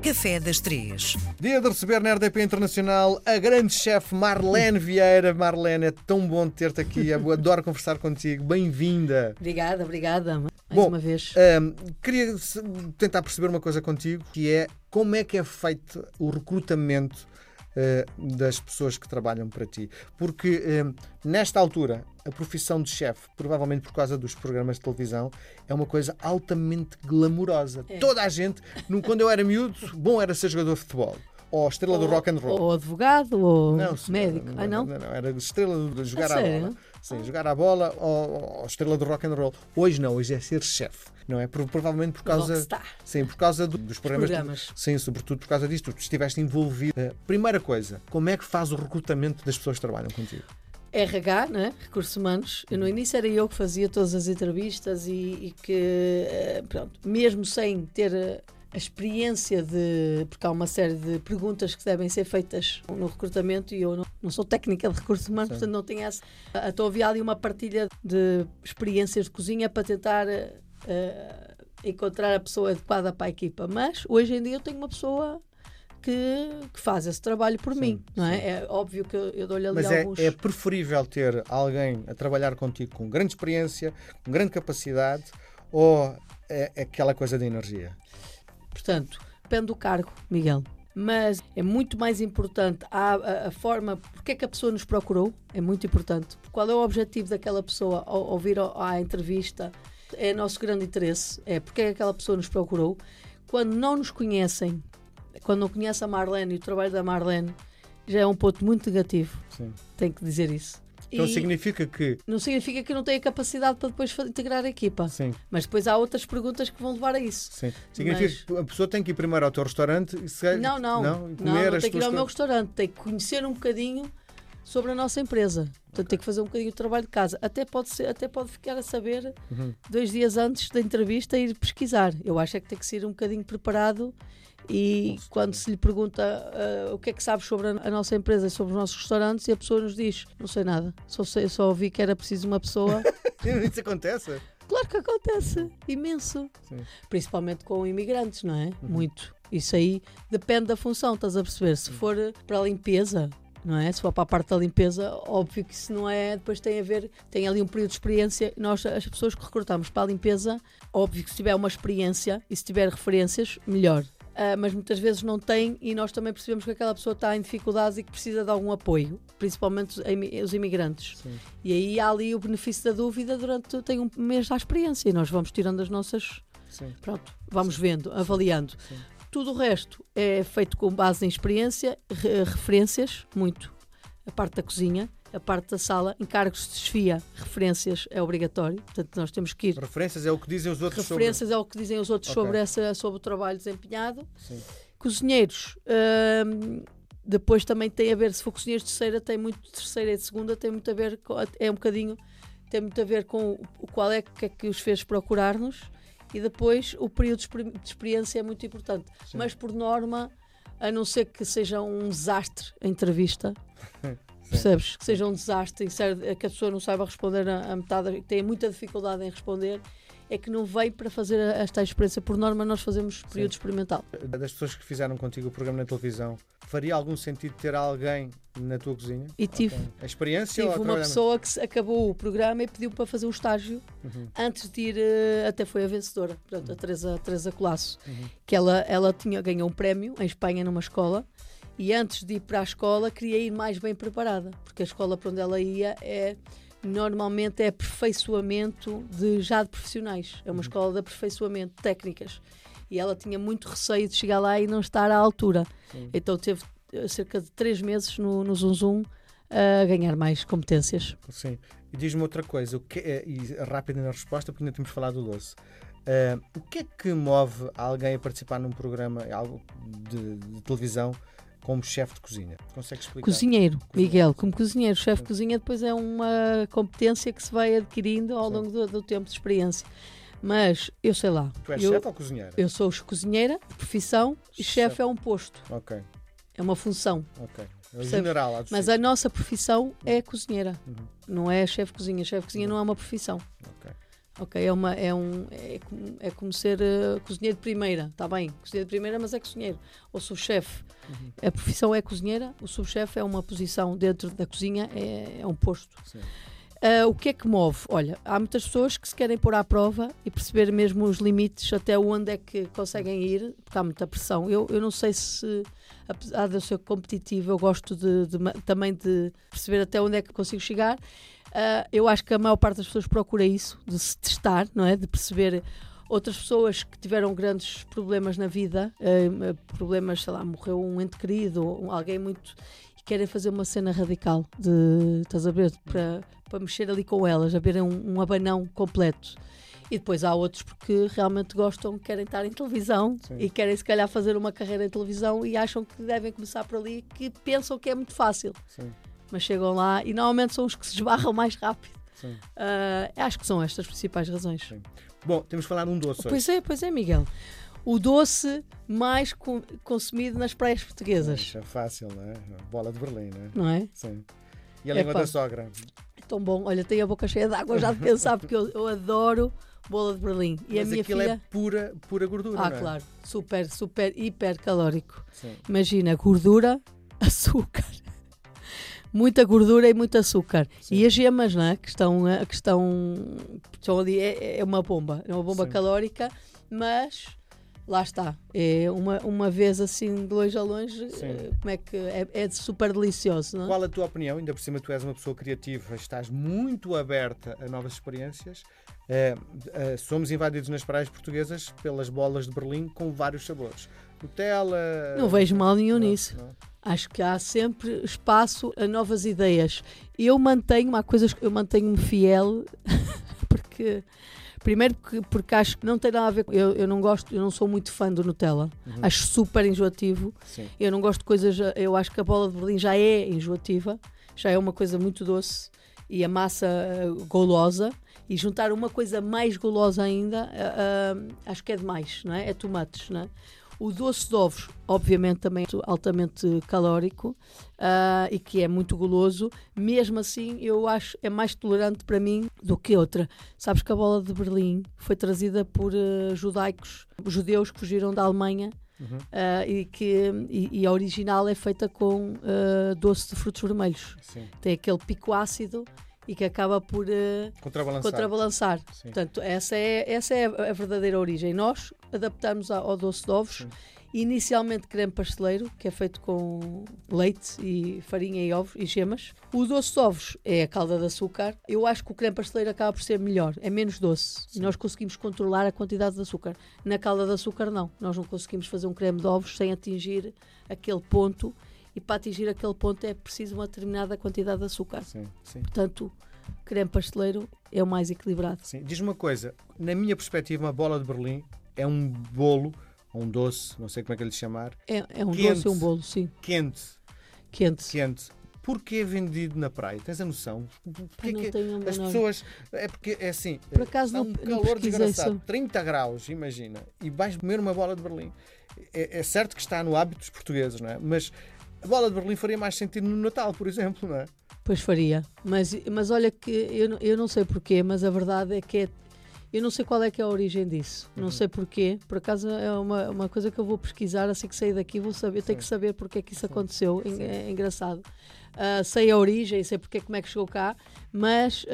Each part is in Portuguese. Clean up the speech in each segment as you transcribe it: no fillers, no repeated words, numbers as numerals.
Café das Três. Dia de receber na RDP Internacional a grande chefe Marlene Vieira. Marlene, é tão bom ter-te aqui. Eu adoro conversar contigo. Bem-vinda. Obrigada. Mais uma vez. Queria tentar perceber uma coisa contigo, que é como é que é feito o recrutamento das pessoas que trabalham para ti. Porque nesta altura a profissão de chefe, provavelmente por causa dos programas de televisão, é uma coisa altamente glamourosa. Toda a gente, quando eu era miúdo, bom era ser jogador de futebol ou estrela do rock and roll, ou advogado, ou não, médico. Não, era estrela de jogar à sério? bola. Sim, jogar à bola ou estrela do rock and roll. Hoje não, hoje é ser chefe. Não é? Provavelmente por causa, Rockstar. sim, por causa dos programas. Sim, sobretudo por causa disto. Tu estiveste envolvido. Primeira coisa, como é que faz o recrutamento das pessoas que trabalham contigo? RH, né? Recursos Humanos. No início era eu que fazia todas as entrevistas e que, pronto, mesmo sem ter a experiência de... Porque há uma série de perguntas que devem ser feitas no recrutamento e eu não sou técnica de recursos humanos, portanto não tenho essa... Então havia ali uma partilha de experiências de cozinha para tentar encontrar a pessoa adequada para a equipa. Mas hoje em dia eu tenho uma pessoa que faz esse trabalho por mim, não é? É óbvio que eu dou-lhe ali alguns... Mas é preferível ter alguém a trabalhar contigo com grande experiência, com grande capacidade, ou é aquela coisa de energia? Portanto, depende do cargo, Miguel. Mas é muito mais importante a forma, porque é que a pessoa nos procurou, é muito importante. Qual é o objetivo daquela pessoa ao vir à entrevista? É nosso grande interesse, porque é que aquela pessoa nos procurou. Quando não nos conhecem, quando não conhecem a Marlene e o trabalho da Marlene, já é um ponto muito negativo. Sim. Tenho que dizer isso. Então significa que... Não significa que não tenha capacidade para depois integrar a equipa. Sim. Mas depois há outras perguntas que vão levar a isso. Sim. Significa que a pessoa tem que ir primeiro ao teu restaurante e se... Não tem que ir ao meu restaurante. Tem que conhecer um bocadinho sobre a nossa empresa. Portanto, tem que fazer um bocadinho de trabalho de casa. Até pode ficar a saber 2 dias antes da entrevista e ir pesquisar. Eu acho que tem que ser um bocadinho preparado. E quando se lhe pergunta o que é que sabes sobre a nossa empresa e sobre os nossos restaurantes, e a pessoa nos diz, não sei nada, só ouvi que era preciso uma pessoa. Isso acontece? Claro que acontece, imenso. Sim. Principalmente com imigrantes, não é? Muito. Isso aí depende da função, estás a perceber? Se for para a limpeza, não é? Se for para a parte da limpeza, óbvio que isso não é, depois tem ali um período de experiência. Nós, as pessoas que recrutamos para a limpeza, óbvio que se tiver uma experiência e se tiver referências, melhor. Mas muitas vezes não tem, e nós também percebemos que aquela pessoa está em dificuldades e que precisa de algum apoio, principalmente os imigrantes. Sim. E aí há ali o benefício da dúvida tem um mês à experiência e nós vamos tirando as nossas... Sim. Pronto, vamos vendo, avaliando. Sim. Tudo o resto é feito com base em experiência, referências, muito. A parte da cozinha, a parte da sala, encargos de desfia, referências é obrigatório, portanto nós temos que ir... Referências é o que dizem os outros Referências é o que dizem os outros sobre o trabalho desempenhado. Sim. Cozinheiros, depois também tem a ver, se for cozinheiros de terceira, tem muito de terceira e de segunda, tem muito a ver com qual é que os fez procurar-nos, e depois o período de experiência é muito importante. Sim. Mas por norma, a não ser que seja um desastre a entrevista... Percebes? Que seja um desastre, que a pessoa não saiba responder a metade, que tenha muita dificuldade em responder, é que não veio para fazer esta experiência. Por norma, nós fazemos período experimental. Das pessoas que fizeram contigo o programa na televisão, faria algum sentido ter alguém na tua cozinha? E tive. A experiência? Tive uma pessoa que acabou o programa e pediu para fazer um estágio antes de ir, até foi a vencedora, portanto, a Teresa Colasso, que ela ganhou um prémio em Espanha numa escola. E antes de ir para a escola, queria ir mais bem preparada, porque a escola para onde ela ia normalmente é aperfeiçoamento de profissionais. É uma escola de aperfeiçoamento, técnicas. E ela tinha muito receio de chegar lá e não estar à altura. Sim. Então teve cerca de 3 meses no Zum Zum a ganhar mais competências. Sim. E diz-me outra coisa, rápida na resposta, porque ainda temos falado do doce. O que é que move alguém a participar num programa de televisão como chefe de cozinha? Consegue explicar? Cozinheiro, Miguel, como cozinheiro. Chefe de cozinha depois é uma competência que se vai adquirindo ao longo do tempo de experiência. Mas, eu sei lá. Tu és chefe ou cozinheira? Eu sou cozinheira de profissão e chefe é um posto. Ok. É uma função. Ok. É general. Mas a nossa profissão é cozinheira. Não é chefe de cozinha. Chefe de cozinha não é uma profissão. Ok. Ok, é como ser cozinheiro de primeira, está bem, cozinheiro de primeira, mas é cozinheiro, ou subchefe. A profissão é cozinheira, o subchefe é uma posição dentro da cozinha, é um posto. O que é que move? Olha, há muitas pessoas que se querem pôr à prova e perceber mesmo os limites, até onde é que conseguem ir, porque há muita pressão. Eu não sei se, apesar de eu ser competitivo, eu gosto também de perceber até onde é que consigo chegar. Eu acho que a maior parte das pessoas procura isso, de se testar, não é? De perceber outras pessoas que tiveram grandes problemas na vida, problemas, sei lá, morreu um ente querido, ou alguém muito... e querem fazer uma cena radical, estás a ver? Para mexer ali com elas, a ver um abanão completo. E depois há outros porque realmente gostam, querem estar em televisão. Sim. E querem se calhar fazer uma carreira em televisão e acham que devem começar por ali, que pensam que é muito fácil. Sim. Mas chegam lá e normalmente são os que se esbarram mais rápido. Acho que são estas as principais razões. Sim. Bom, temos de falar de um doce hoje. Pois é, Miguel. O doce mais consumido nas praias portuguesas. Isso é fácil, não é? Bola de Berlim, não é? Não é? Sim. E a língua da sogra? É tão bom. Olha, tenho a boca cheia de água já de pensar, porque eu adoro bola de Berlim. E mas a minha aquilo filha... é pura gordura, não é? Claro. Super, hiper calórico. Sim. Imagina, gordura, açúcar. Muita gordura e muito açúcar. Sim. E as gemas, não é? Que estão ali, é uma bomba. É uma bomba calórica, mas... Lá está, é uma vez assim de longe a longe, como é que é super delicioso, não é? Qual a tua opinião? Ainda por cima tu és uma pessoa criativa, estás muito aberta a novas experiências. Somos invadidos nas praias portuguesas pelas bolas de Berlim com vários sabores. Nutella... Não vejo mal nenhum nisso. Não. Acho que há sempre espaço a novas ideias. Há coisas que eu mantenho-me fiel, porque... Primeiro porque acho que não tem nada a ver com... Eu não sou muito fã do Nutella. Acho super enjoativo. Sim. Eu não gosto de coisas... Eu acho que a bola de Berlim já é enjoativa. Já é uma coisa muito doce. E a massa golosa. E juntar uma coisa mais golosa ainda, acho que é demais, não é? É too much, não é? O doce de ovos, obviamente, também é altamente calórico e que é muito goloso. Mesmo assim, eu acho é mais tolerante para mim do que outra. Sabes que a bola de Berlim foi trazida por judeus que fugiram da Alemanha e a original é feita com doce de frutos vermelhos. Sim. Tem aquele pico ácido e que acaba por contrabalançar. Portanto, essa é a verdadeira origem. Nós adaptamos ao doce de ovos. Sim. Inicialmente creme pasteleiro, que é feito com leite e farinha e ovos e gemas. O doce de ovos é a calda de açúcar. Eu acho que o creme pasteleiro acaba por ser melhor, é menos doce. Sim. E nós conseguimos controlar a quantidade de açúcar. Na calda de açúcar não. Nós não conseguimos fazer um creme de ovos sem atingir aquele ponto. E para atingir aquele ponto é preciso uma determinada quantidade de açúcar. Sim. Portanto, creme pasteleiro é o mais equilibrado. Sim. Diz-me uma coisa, na minha perspectiva, uma bola de Berlim é um bolo, um doce, não sei como é que lhe chamar. É um doce e um bolo, sim. Quente. Porquê é vendido na praia? Tens a noção? Porquê que as pessoas... É porque é assim, por acaso, há um calor desgraçado, 30 graus, imagina, e vais comer uma bola de Berlim. É certo que está no hábito dos portugueses, não é? Mas a bola de Berlim faria mais sentido no Natal, por exemplo, não é? Pois faria. Mas olha que eu não sei porquê, mas a verdade é que eu não sei qual é que é a origem disso. Não sei porquê. Por acaso é uma coisa que eu vou pesquisar assim que sair daqui. Vou saber. Tenho que saber porque é que isso aconteceu. É engraçado. Sei a origem, sei como é que chegou cá. Mas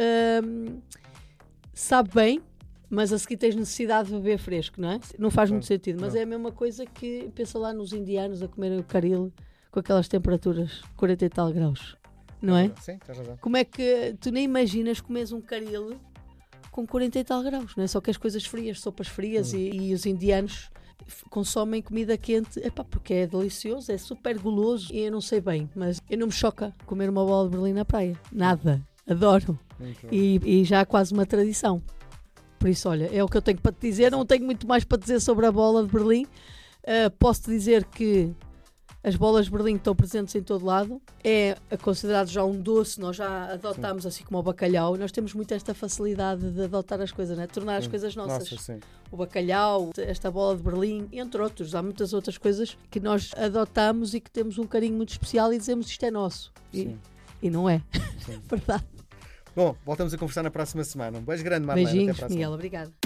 sabe bem. Mas a seguir tens necessidade de beber fresco, não é? Não faz muito sentido. Mas é a mesma coisa que pensa lá nos indianos a comerem o caril com aquelas temperaturas 40 e tal graus. Não é? Sim, tens razão. Como é que tu nem imaginas comeres um caril com 40 e tal graus, não é? Só que as coisas frias, sopas frias e os indianos consomem comida quente, porque é delicioso, é super goloso e eu não sei bem, mas eu não me choca comer uma bola de Berlim na praia. Nada. Adoro. E já há quase uma tradição. Por isso, olha, é o que eu tenho para te dizer. Não tenho muito mais para dizer sobre a bola de Berlim. Posso-te dizer que as bolas de Berlim estão presentes em todo lado. É considerado já um doce, nós já adotámos assim como o bacalhau. Nós temos muito esta facilidade de adotar as coisas, né? Tornar as coisas nossas. O bacalhau, esta bola de Berlim, entre outros. Há muitas outras coisas que nós adotamos e que temos um carinho muito especial e dizemos isto é nosso. E não é. Verdade. Bom, voltamos a conversar na próxima semana. Um beijo grande, Marlene. Até Beijinhos, para a semana. Miguel. Obrigada.